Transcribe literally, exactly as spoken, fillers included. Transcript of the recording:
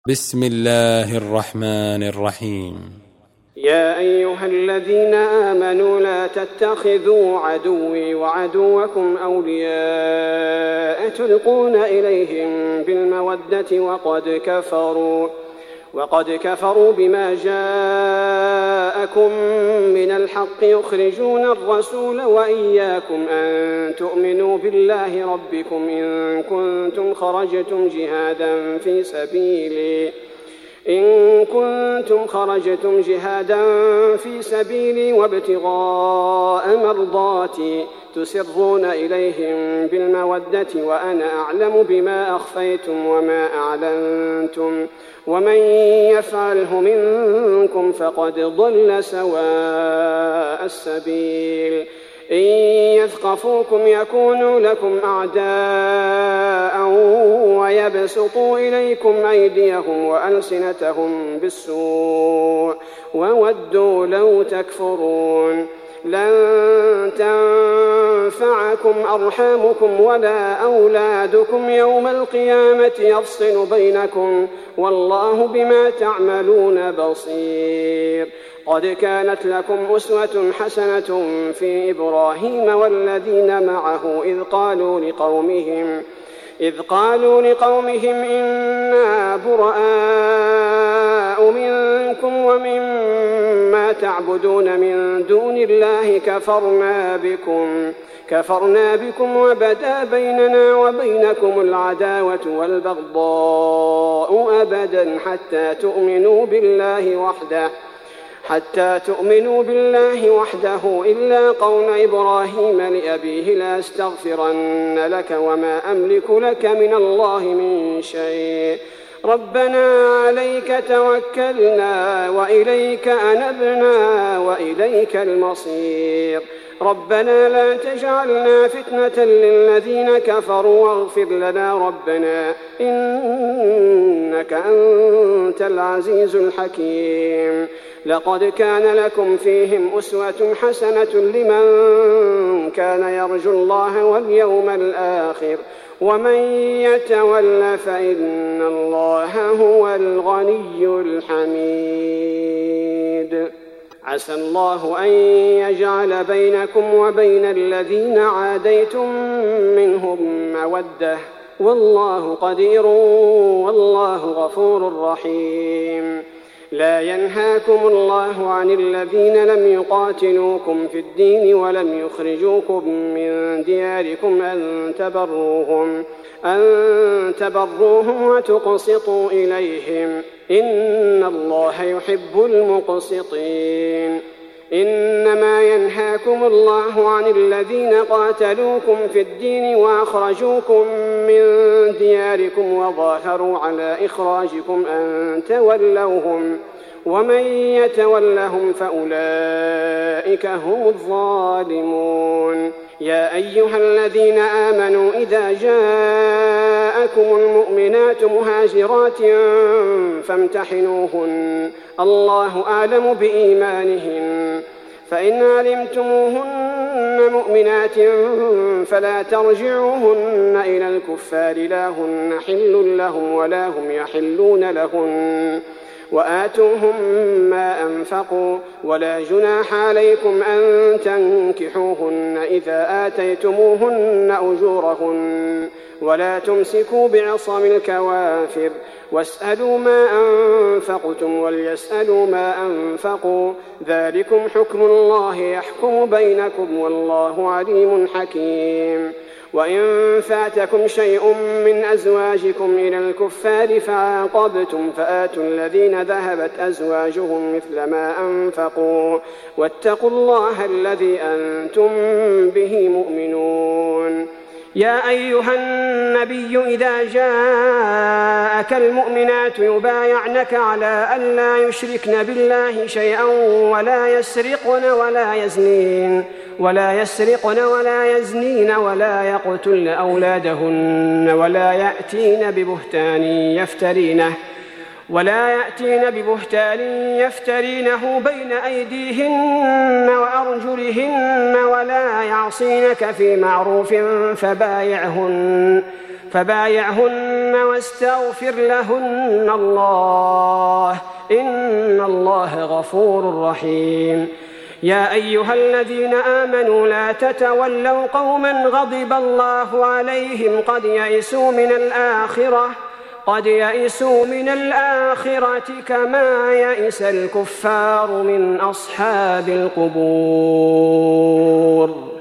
بسم الله الرحمن الرحيم. يا أيها الذين آمنوا لا تتخذوا عدوي وعدوكم أولياء تلقون إليهم بالمودة وقد كفروا وقد كفروا بما جاءكم من الحق يخرجون الرسول وإياكم أن تؤمنوا بالله ربكم إن كنتم خرجتم جهادا في سبيلي إن كنتم خرجتم جهادا في سبيلي وابتغاء مرضاتي تسرون إليهم بالمودة وأنا أعلم بما أخفيتم وما أعلنتم ومن يفعله منكم فقد ضل سواء السبيل إن يثقفوكم يكونوا لكم أعداء ويبسطوا إليكم أيديهم وألسنتهم بالسوء وودوا لو تكفرون لن تنفعكم أرحامكم ولا أولادكم يوم القيامة يفصل بينكم والله بما تعملون بصير. قد كانت لكم أسوة حسنة في إبراهيم والذين معه إذ قالوا لقومهم إذ قالوا لقومهم إنا براء منكم ومما تعبدون من دون الله كفرنا بكم كفرنا بكم وبدا بيننا وبينكم العداوة والبغضاء أبدا حتى تؤمنوا بالله وحده حتى تؤمنوا بالله وحده إلا قول إبراهيم لأبيه لا أستغفرن لك وما أملك لك من الله من شيء ربنا عليك توكلنا وإليك أنبنا وإليك المصير ربنا لا تجعلنا فتنة للذين كفروا واغفر لنا ربنا إنك أنت العزيز الحكيم. لقد كان لكم فيهم أسوة حسنة لمن كان يرجو الله واليوم الآخر ومن يتول فإن الله هو الغني الحميد. عسى الله أن يجعل بينكم وبين الذين عاديتم منهم مودة والله قدير والله غفور رحيم. لا ينهاكم الله عن الذين لم يقاتلوكم في الدين ولم يخرجوكم من دياركم أن تبروهم أن تبروهم وتقسطوا إليهم إن الله يحب المقسطين. إنما ينهاكم الله عن الذين قاتلوكم في الدين وأخرجوكم من دياركم وظاهروا على إخراجكم أن تولوهم ومن يتولهم فأولئك هم الظالمون. يا أيها الذين آمنوا إذا جاءكم المؤمنات مهاجرات فامتحنوهن الله أعلم بإيمانهن فإن علمتموهن مؤمنات فلا ترجعوهن إلى الكفار لا هن حل لهم ولا هم يحلون لهن وآتوهم ما أنفقوا ولا جناح عليكم أن تنكحوهن إذا آتيتموهن أجورهن ولا تمسكوا بعصم الكوافر واسألوا ما أنفقتم وليسألوا ما أنفقوا ذلكم حكم الله يحكم بينكم والله عليم حكيم. وإن فاتكم شيء من أزواجكم إلى الكفار فعاقبتم فآتوا الذين ذهبت أزواجهم مثل ما أنفقوا واتقوا الله الذي أنتم به مؤمنون. يا أيها النبي إذا جاءك المؤمنات يبايعنك على أن لا يشركن بالله شيئا ولا يسرقن ولا يزنين ولا يسرقن ولا يزنين ولا يقتلن أولادهن ولا يأتين ببهتان يفترينه ولا يأتين ببهتان يفترينه بين أيديهن وأرجلهن ولا يعصينك في معروف فبايعهن فبايعهن واستغفر لهن الله إن الله غفور رحيم. يا أيها الذين آمنوا لا تتولوا قوما غضب الله عليهم قد يئسوا من الآخرة قد يئسوا من الآخرة كما يئس الكفار من أصحاب القبور.